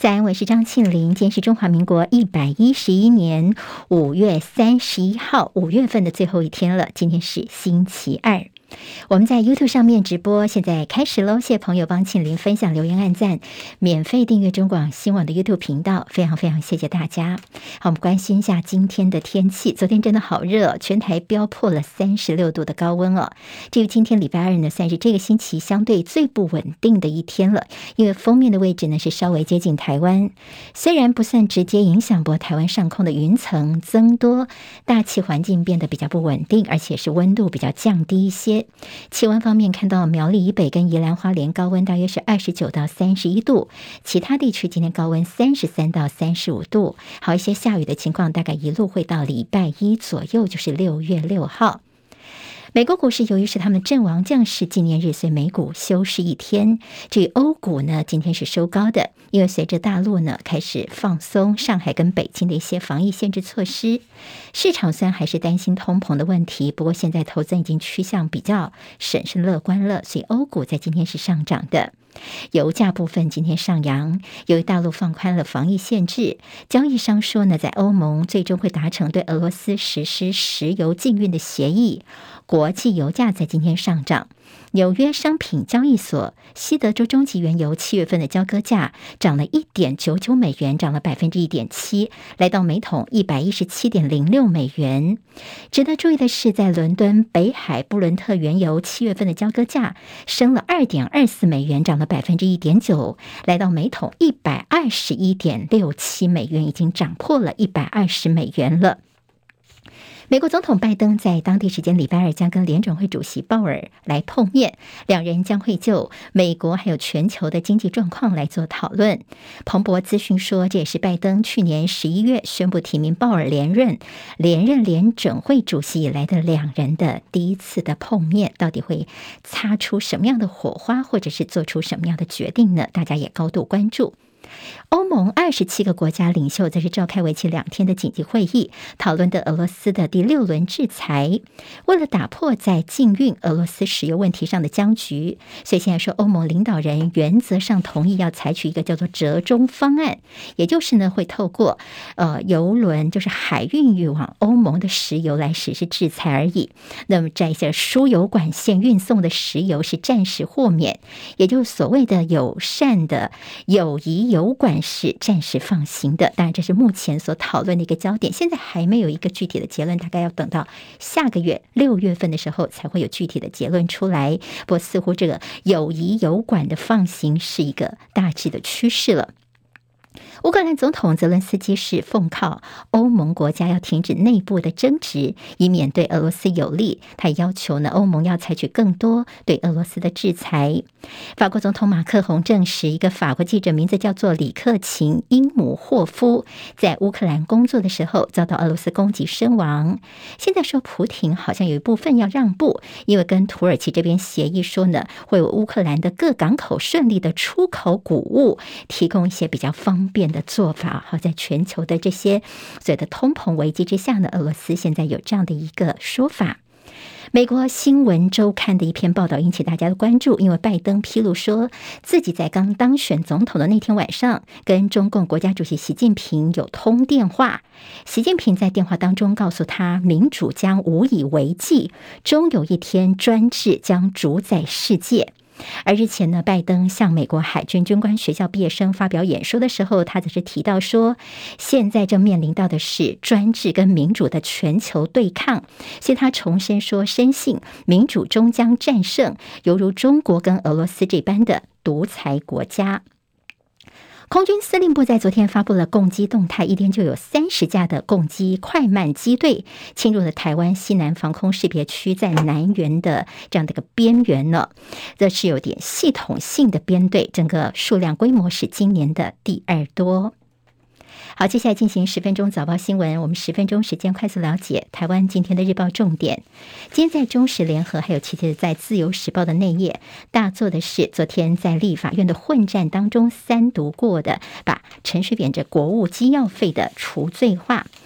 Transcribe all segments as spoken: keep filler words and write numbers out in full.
在安，我是张庆玲。今天是中华民国一百一十一年五月三十一号，五月份的最后一天了。今天是星期二。我们在 YouTube 上面直播，现在开始喽！谢谢朋友帮庆玲分享、留言、按赞，免费订阅中广新闻网的 YouTube 频道，非常非常谢谢大家。好，我们关心一下今天的天气。昨天真的好热，全台飙破了三十六度的高温哦。至于今天礼拜二呢，算是这个星期相对最不稳定的一天了，因为锋面的位置呢是稍微接近台湾，虽然不算直接影响，不过台湾上空的云层增多，大气环境变得比较不稳定，而且是温度比较降低一些。气温方面，看到苗栗以北跟宜兰花莲高温大约是二十九到三十一度，其他地区今天高温三十三到三十五度。好，一些下雨的情况大概一路会到礼拜一左右，就是六月六号。美国股市由于是他们阵亡将士纪念日，所以美股休市一天。至于欧股呢，今天是收高的，因为随着大陆呢开始放松上海跟北京的一些防疫限制措施，市场虽然还是担心通膨的问题，不过现在投资人已经趋向比较审慎乐观了，所以欧股在今天是上涨的。油价部分今天上扬，由于大陆放宽了防疫限制，交易商说呢，在欧盟最终会达成对俄罗斯实施石油禁运的协议，国际油价在今天上涨。纽约商品交易所西德州中级原油七月份的交割价涨了 一点九九美元，涨了 百分之一点七， 来到每桶 一百一十七点零六美元。值得注意的是，在伦敦北海布伦特原油七月份的交割价升了 二点二四美元，涨了 百分之一点九， 来到每桶 一百二十一点六七美元，已经涨破了一百二十美元了。美国总统拜登在当地时间礼拜二将跟联准会主席鲍尔来碰面，两人将会就美国还有全球的经济状况来做讨论。彭博资讯说，这也是拜登去年十一月宣布提名鲍尔连任连任联准会主席以来的两人的第一次的碰面，到底会擦出什么样的火花，或者是做出什么样的决定呢？大家也高度关注。欧盟二十七个国家领袖则是召开为期两天的紧急会议，讨论的俄罗斯的第六轮制裁。为了打破在禁运俄罗斯石油问题上的僵局，所以现在说欧盟领导人原则上同意要采取一个叫做折中方案，也就是呢会透过呃油轮，就是海运运往欧盟的石油来实施制裁而已。那么在一些输油管线运送的石油是暂时豁免，也就是所谓的友善的友谊油管是暂时放行的。当然这是目前所讨论的一个焦点，现在还没有一个具体的结论，大概要等到下个月六月份的时候才会有具体的结论出来。不过似乎这个友谊油管的放行是一个大致的趋势了。乌克兰总统泽伦斯基是奉靠欧盟国家要停止内部的争执，以免对俄罗斯有利。他要求呢，欧盟要采取更多对俄罗斯的制裁。法国总统马克宏证实，一个法国记者名字叫做里克琴因姆霍夫，在乌克兰工作的时候遭到俄罗斯攻击身亡。现在说普廷好像有一部分要让步，因为跟土耳其这边协议说呢，会为乌克兰的各港口顺利的出口谷物提供一些比较方便的做法。好，在全球的这些所谓的通膨危机之下呢，俄罗斯现在有这样的一个说法。美国新闻周刊的一篇报道引起大家的关注，因为拜登披露说自己在刚当选总统的那天晚上跟中共国家主席习近平有通电话，习近平在电话当中告诉他，民主将无以为继，终有一天专制将主宰世界。而日前呢，拜登向美国海军军官学校毕业生发表演说的时候，他则是提到说，现在正面临到的是专制跟民主的全球对抗，所以他重申说，深信民主终将战胜犹如中国跟俄罗斯这般的独裁国家。空军司令部在昨天发布了共机动态，一天就有三十架的共机快慢机队侵入了台湾西南防空识别区，在南缘的这样的一个边缘呢，这是有点系统性的编队，整个数量规模是今年的第二多。好，接下来进行十分钟早报新闻，我们十分钟时间快速了解台湾今天的日报重点。今天在中时联合还有其实在自由时报的内页大做的是，昨天在立法院的混战当中三读过的，把陈水扁这国务机要费的除罪化。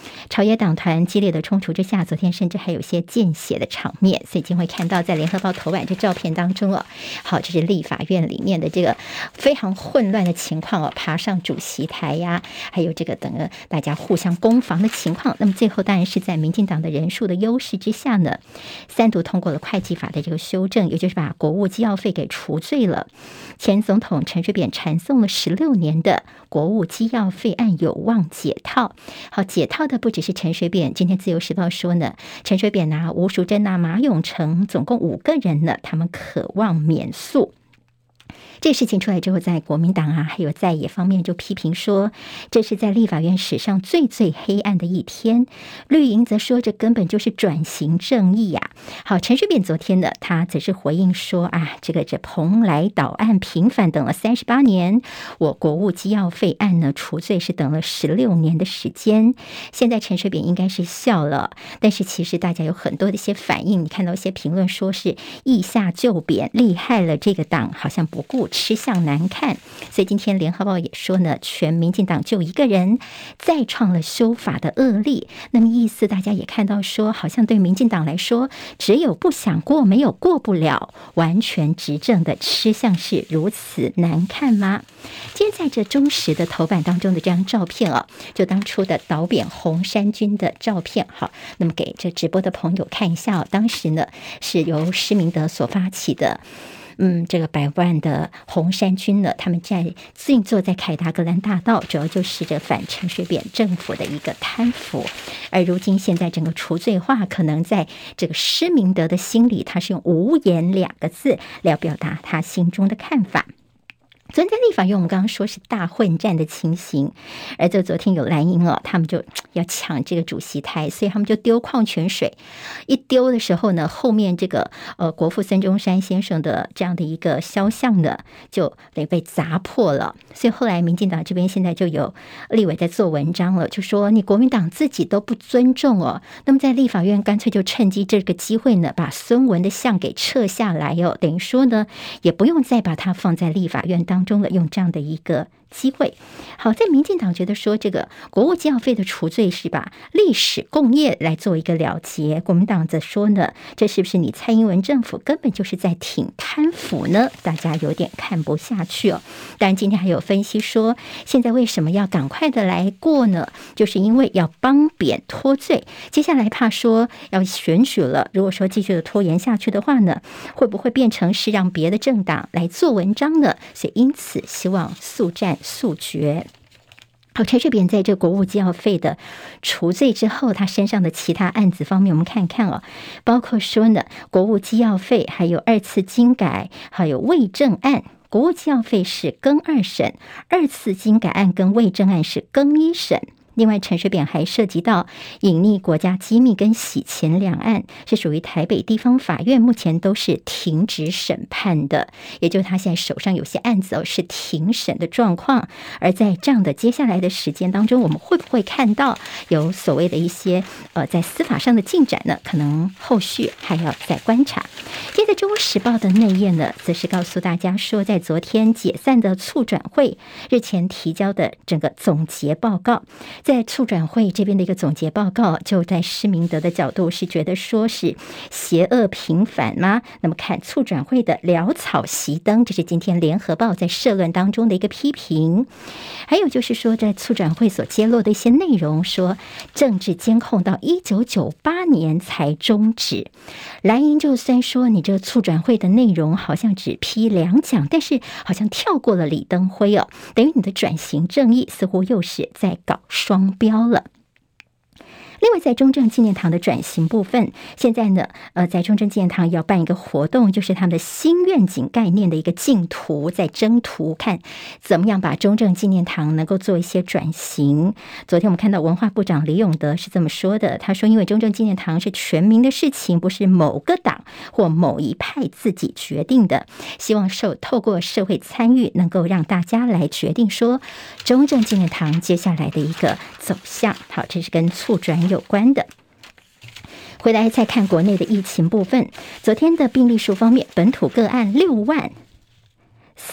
朝野党团激烈的冲突之下，昨天甚至还有些见血的场面，所以今天会看到在联合报头版这照片当中哦，好，这是立法院里面的这个非常混乱的情况哦，爬上主席台呀，还有这个等个大家互相攻防的情况。那么最后当然是在民进党的人数的优势之下呢，三读通过了会计法的这个修正，也就是把国务机要费给除罪了。前总统陈水扁传送了十六年的国务机要费案有望解套。好，解套的不只是陈水扁，今天自由时报说呢，陈水扁啊、吴淑珍啊、马永成总共五个人呢，他们渴望免诉。这事情出来之后，在国民党啊，还有在野方面就批评说，这是在立法院史上最最黑暗的一天。绿营则说，这根本就是转型正义呀、啊。好，陈水扁昨天呢，他则是回应说啊，这个这蓬莱岛案平反等了三十八年，我国务机要费案呢除罪是等了十六年的时间。现在陈水扁应该是笑了，但是其实大家有很多的一些反应，你看到一些评论说是意下就贬，厉害了，这个党好像不顾吃相难看。所以今天联合报也说呢，全民进党就一个人再创了修法的恶例。那么意思大家也看到说，好像对民进党来说，只有不想过，没有过不了。完全执政的吃相是如此难看吗？今天在这中时的头版当中的这张照片哦，就当初的倒扁红衫军的照片。好，那么给这直播的朋友看一下哦，当时呢是由施明德所发起的。嗯，这个百万的红衫军呢，他们在静坐在凯达格兰大道，主要就是这反陈水扁政府的一个贪腐。而如今现在整个除罪化，可能在这个施明德的心里，他是用无言两个字来表达他心中的看法。昨天在立法院，我们刚刚说是大混战的情形，而就昨天有蓝营哦，他们就要抢这个主席台，所以他们就丢矿泉水。一丢的时候呢，后面这个呃国父孙中山先生的这样的一个肖像呢，就得被砸破了。所以后来民进党这边现在就有立委在做文章了，就说你国民党自己都不尊重哦，那么在立法院干脆就趁机这个机会呢，把孙文的像给撤下来哦，等于说呢，也不用再把它放在立法院当中。当中了，用这样的一个机会。好，在民进党觉得说这个国务机要费的除罪是把历史共业来做一个了结，国民党则说呢，这是不是你蔡英文政府根本就是在挺贪腐呢？大家有点看不下去哦。当然今天还有分析说，现在为什么要赶快的来过呢？就是因为要帮扁脱罪，接下来怕说要选举了，如果说继续的拖延下去的话呢，会不会变成是让别的政党来做文章呢？所以因此希望速战速决。好，陈水扁在这国务机要费的除罪之后，他身上的其他案子方面，我们看看哦，包括说呢，国务机要费，还有二次精改，还有卫政案。国务机要费是更二审，二次精改案跟卫政案是更一审。另外，陈水扁还涉及到隐匿国家机密跟洗钱两案，是属于台北地方法院目前都是停止审判的，也就是他现在手上有些案子哦是停审的状况。而在这样的接下来的时间当中，我们会不会看到有所谓的一些呃在司法上的进展呢？可能后续还要再观察。现在《中国时报》的内页呢，则是告诉大家说，在昨天解散的促转会日前提交的整个总结报告。在促转会这边的一个总结报告，就在施明德的角度是觉得说是邪恶平反吗？那么看促转会的潦草熄灯，这是今天联合报在社论当中的一个批评。还有就是说，在促转会所揭露的一些内容，说政治监控到一九九八年才终止。蓝营就虽然说你这个促转会的内容好像只批两讲，但是好像跳过了李登辉哦，等于你的转型正义似乎又是在搞双标了。另外，在中正纪念堂的转型部分，现在呢，呃，在中正纪念堂要办一个活动，就是他们的新愿景概念的一个竞图，在征图，看怎么样把中正纪念堂能够做一些转型。昨天我们看到文化部长李永德是这么说的，他说：“因为中正纪念堂是全民的事情，不是某个党或某一派自己决定的，希望受透过社会参与，能够让大家来决定说中正纪念堂接下来的一个走向。”好，这是跟促转有关的。回来再看国内的疫情部分，昨天的病例数方面，本土个案六万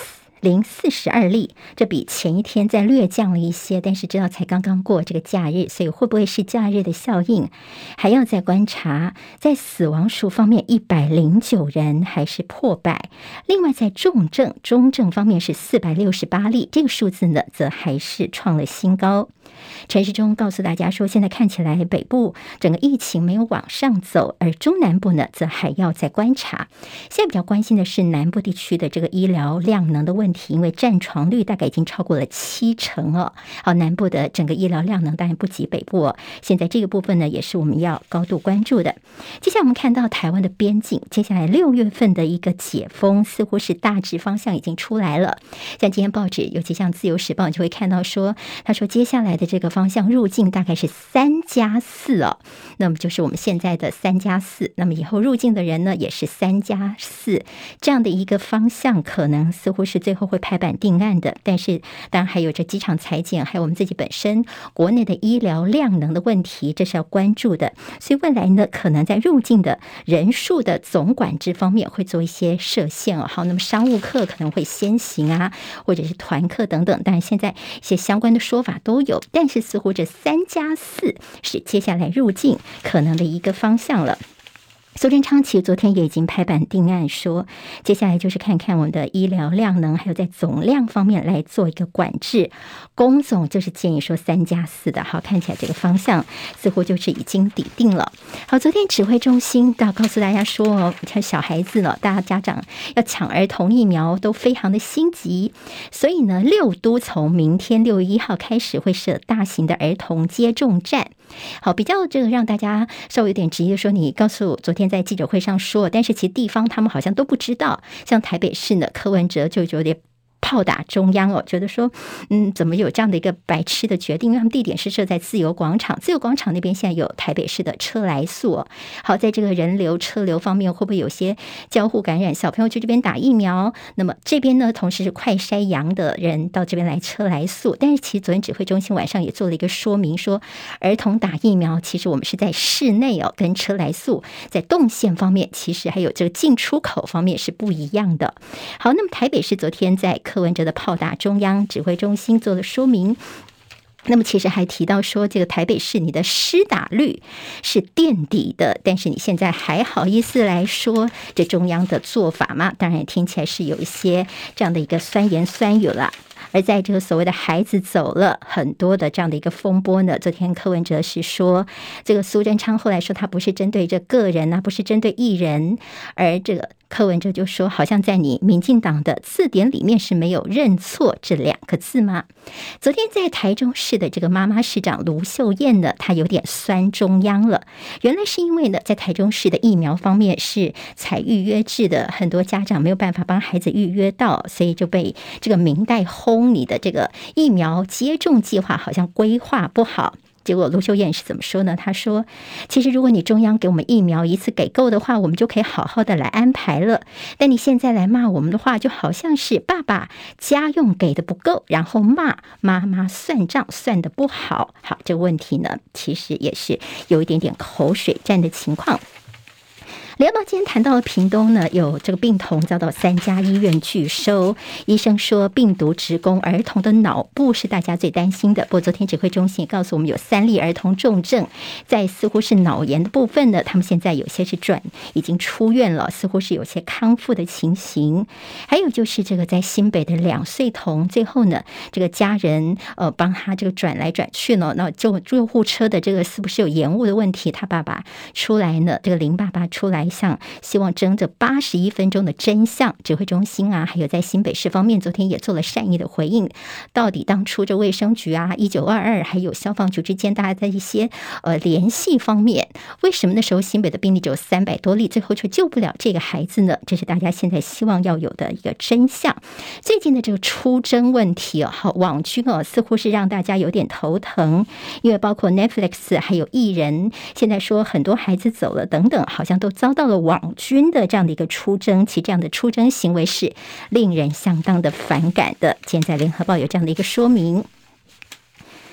零四十二例，这比前一天再略降了一些，但是知道才刚刚过这个假日，所以会不会是假日的效应，还要再观察。在死亡数方面，一百零九人还是破百。另外在重症、中症方面是四百六十八例，这个数字呢则还是创了新高。陈时中告诉大家说，现在看起来北部整个疫情没有往上走，而中南部呢则还要再观察。现在比较关心的是南部地区的这个医疗量能的问题，因为占床率大概已经超过了七成哦。好，南部的整个医疗量能当然不及北部哦。现在这个部分呢，也是我们要高度关注的。接下来我们看到台湾的边境，接下来六月份的一个解封，似乎是大致方向已经出来了。像今天报纸，尤其像自由时报，就会看到说，他说接下来的这个方向入境大概是三加四哦，那么就是我们现在的三加四，那么以后入境的人呢也是三加四，这样的一个方向，可能似乎是最后会拍板定案的。但是当然还有这机场裁剪，还有我们自己本身国内的医疗量能的问题，这是要关注的。所以未来呢，可能在入境的人数的总管制方面会做一些设限哦。好，那么商务客可能会先行啊，或者是团客等等，当然现在一些相关的说法都有，但是似乎这三加四是接下来入境可能的一个方向了。苏贞昌其实昨天也已经拍板定案说，接下来就是看看我们的医疗量能，还有在总量方面来做一个管制。龚总就是建议说三加四的，好，看起来这个方向似乎就是已经底定了。好，昨天指挥中心要告诉大家说，像小孩子呢，大家家长要抢儿童疫苗都非常的心急，所以呢，六都从明天六月一号开始会设大型的儿童接种站。好，比较这个让大家稍微有点质疑的说，你告诉昨天在记者会上说，但是其实地方他们好像都不知道。像台北市呢，柯文哲就有点炮打中央哦，觉得说，嗯，怎么有这样的一个白痴的决定？因为他们地点是设在自由广场，自由广场那边现在有台北市的车来速哦。好，在这个人流车流方面，会不会有些交互感染？小朋友去这边打疫苗，那么这边呢，同时是快筛阳的人到这边来车来速。但是其实昨天指挥中心晚上也做了一个说明，说儿童打疫苗，其实我们是在室内哦，跟车来速在动线方面，其实还有这个进出口方面是不一样的。好，那么台北市昨天在柯文哲的炮打中央指挥中心做了说明，那么其实还提到说，这个台北市你的施打率是垫底的，但是你现在还好意思来说这中央的做法吗？当然也听起来是有一些这样的一个酸言酸语了。而在这个所谓的孩子走了很多的这样的一个风波呢，昨天柯文哲是说，这个苏贞昌后来说他不是针对这个人啊，不是针对艺人，而这个柯文哲就说，好像在你民进党的字典里面是没有认错这两个字吗？昨天在台中市的这个妈妈市长卢秀燕呢，她有点酸中央了。原来是因为呢，在台中市的疫苗方面是采预约制的，很多家长没有办法帮孩子预约到，所以就被这个明代轰你的这个疫苗接种计划好像规划不好。结果卢秀燕是怎么说呢？他说，其实如果你中央给我们疫苗一次给够的话，我们就可以好好的来安排了。但你现在来骂我们的话，就好像是爸爸家用给的不够，然后骂妈妈算账算的不好。好，这个问题呢，其实也是有一点点口水战的情况。联合报今天谈到了屏东呢，有这个病童遭到三家医院拒收，医生说病毒直攻儿童的脑部是大家最担心的。不过昨天指挥中心也告诉我们，有三例儿童重症，在似乎是脑炎的部分呢，他们现在有些是转已经出院了，似乎是有些康复的情形。还有就是这个在新北的两岁童，最后呢，这个家人呃帮他这个转来转去呢，那救救护车的这个是不是有延误的问题？他爸爸出来呢，这个林爸爸出来。向希望争这八十一分钟的真相，指挥中心啊，还有在新北市方面，昨天也做了善意的回应。到底当初这卫生局啊、一九二二还有消防局之间，大家在一些呃联系方面，为什么那时候新北的病例只有三百多例，最后却救不了这个孩子呢？这是大家现在希望要有的一个真相。最近的这个出征问题哦，好网军哦，似乎是让大家有点头疼，因为包括 Netflix 还有艺人，现在说很多孩子走了等等，好像都遭到了网军的这样的一个出征，其这样的出征行为是令人相当的反感的。现在联合报有这样的一个说明。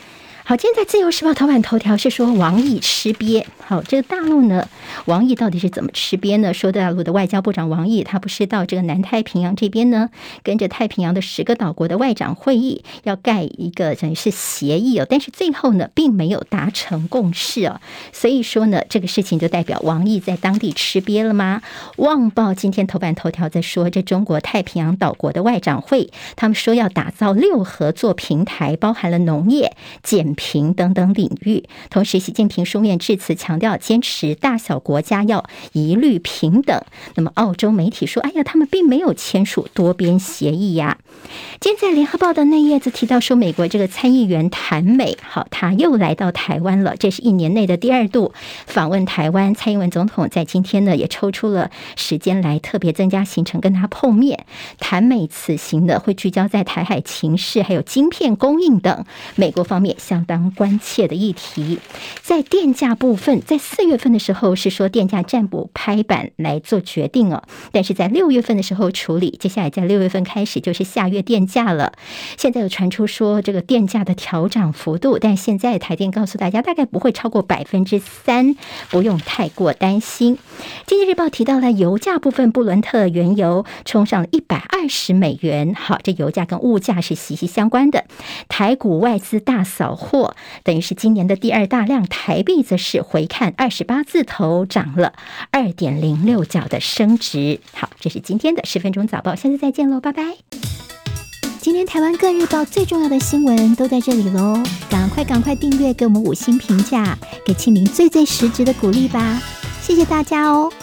好，今天在自由时报头版头条是说王毅吃瘪。好，这个大陆呢，王毅到底是怎么吃瘪呢？说大陆的外交部长王毅，他不是到这个南太平洋这边呢，跟着太平洋的十个岛国的外长会议，要盖一个等于是协议哦，但是最后呢，并没有达成共识哦，所以说呢，这个事情就代表王毅在当地吃瘪了吗？旺报今天头版头条在说，这中国太平洋岛国的外长会，他们说要打造六合作平台，包含了农业、减贫等等领域。同时，习近平书面致辞强调，坚持大小国家要一律平等。那么，澳洲媒体说，哎呀，他们并没有签署多边协议呀。今天在联合报的内页子提到说，美国这个参议员谭美，好，他又来到台湾了，这是一年内的第二度访问台湾。蔡英文总统在今天呢，也抽出了时间来特别增加行程跟他碰面。谭美此行呢，会聚焦在台海情势，还有晶片供应等美国方面相当关切的议题。在电价部分，在四月份的时候是说电价暂不拍板来做决定哦，但是在六月份的时候处理，接下来在六月份开始就是下月电价了。现在有传出说这个电价的调涨幅度，但现在台电告诉大家大概不会超过百分之三，不用太过担心。经济日报提到了油价部分，布伦特原油冲上了一百二十美元。好，这油价跟物价是息息相关的。台股外资大扫货，等于是今年的第二大量，台币则是回看二十八字头，涨了 二点零六 角的升值。好，这是今天的十分钟早报，下次再见喽，拜拜。今天台湾各日报最重要的新闻都在这里喽，赶快赶快订阅，给我们五星评价，给庆玲最最实质的鼓励吧，谢谢大家哦。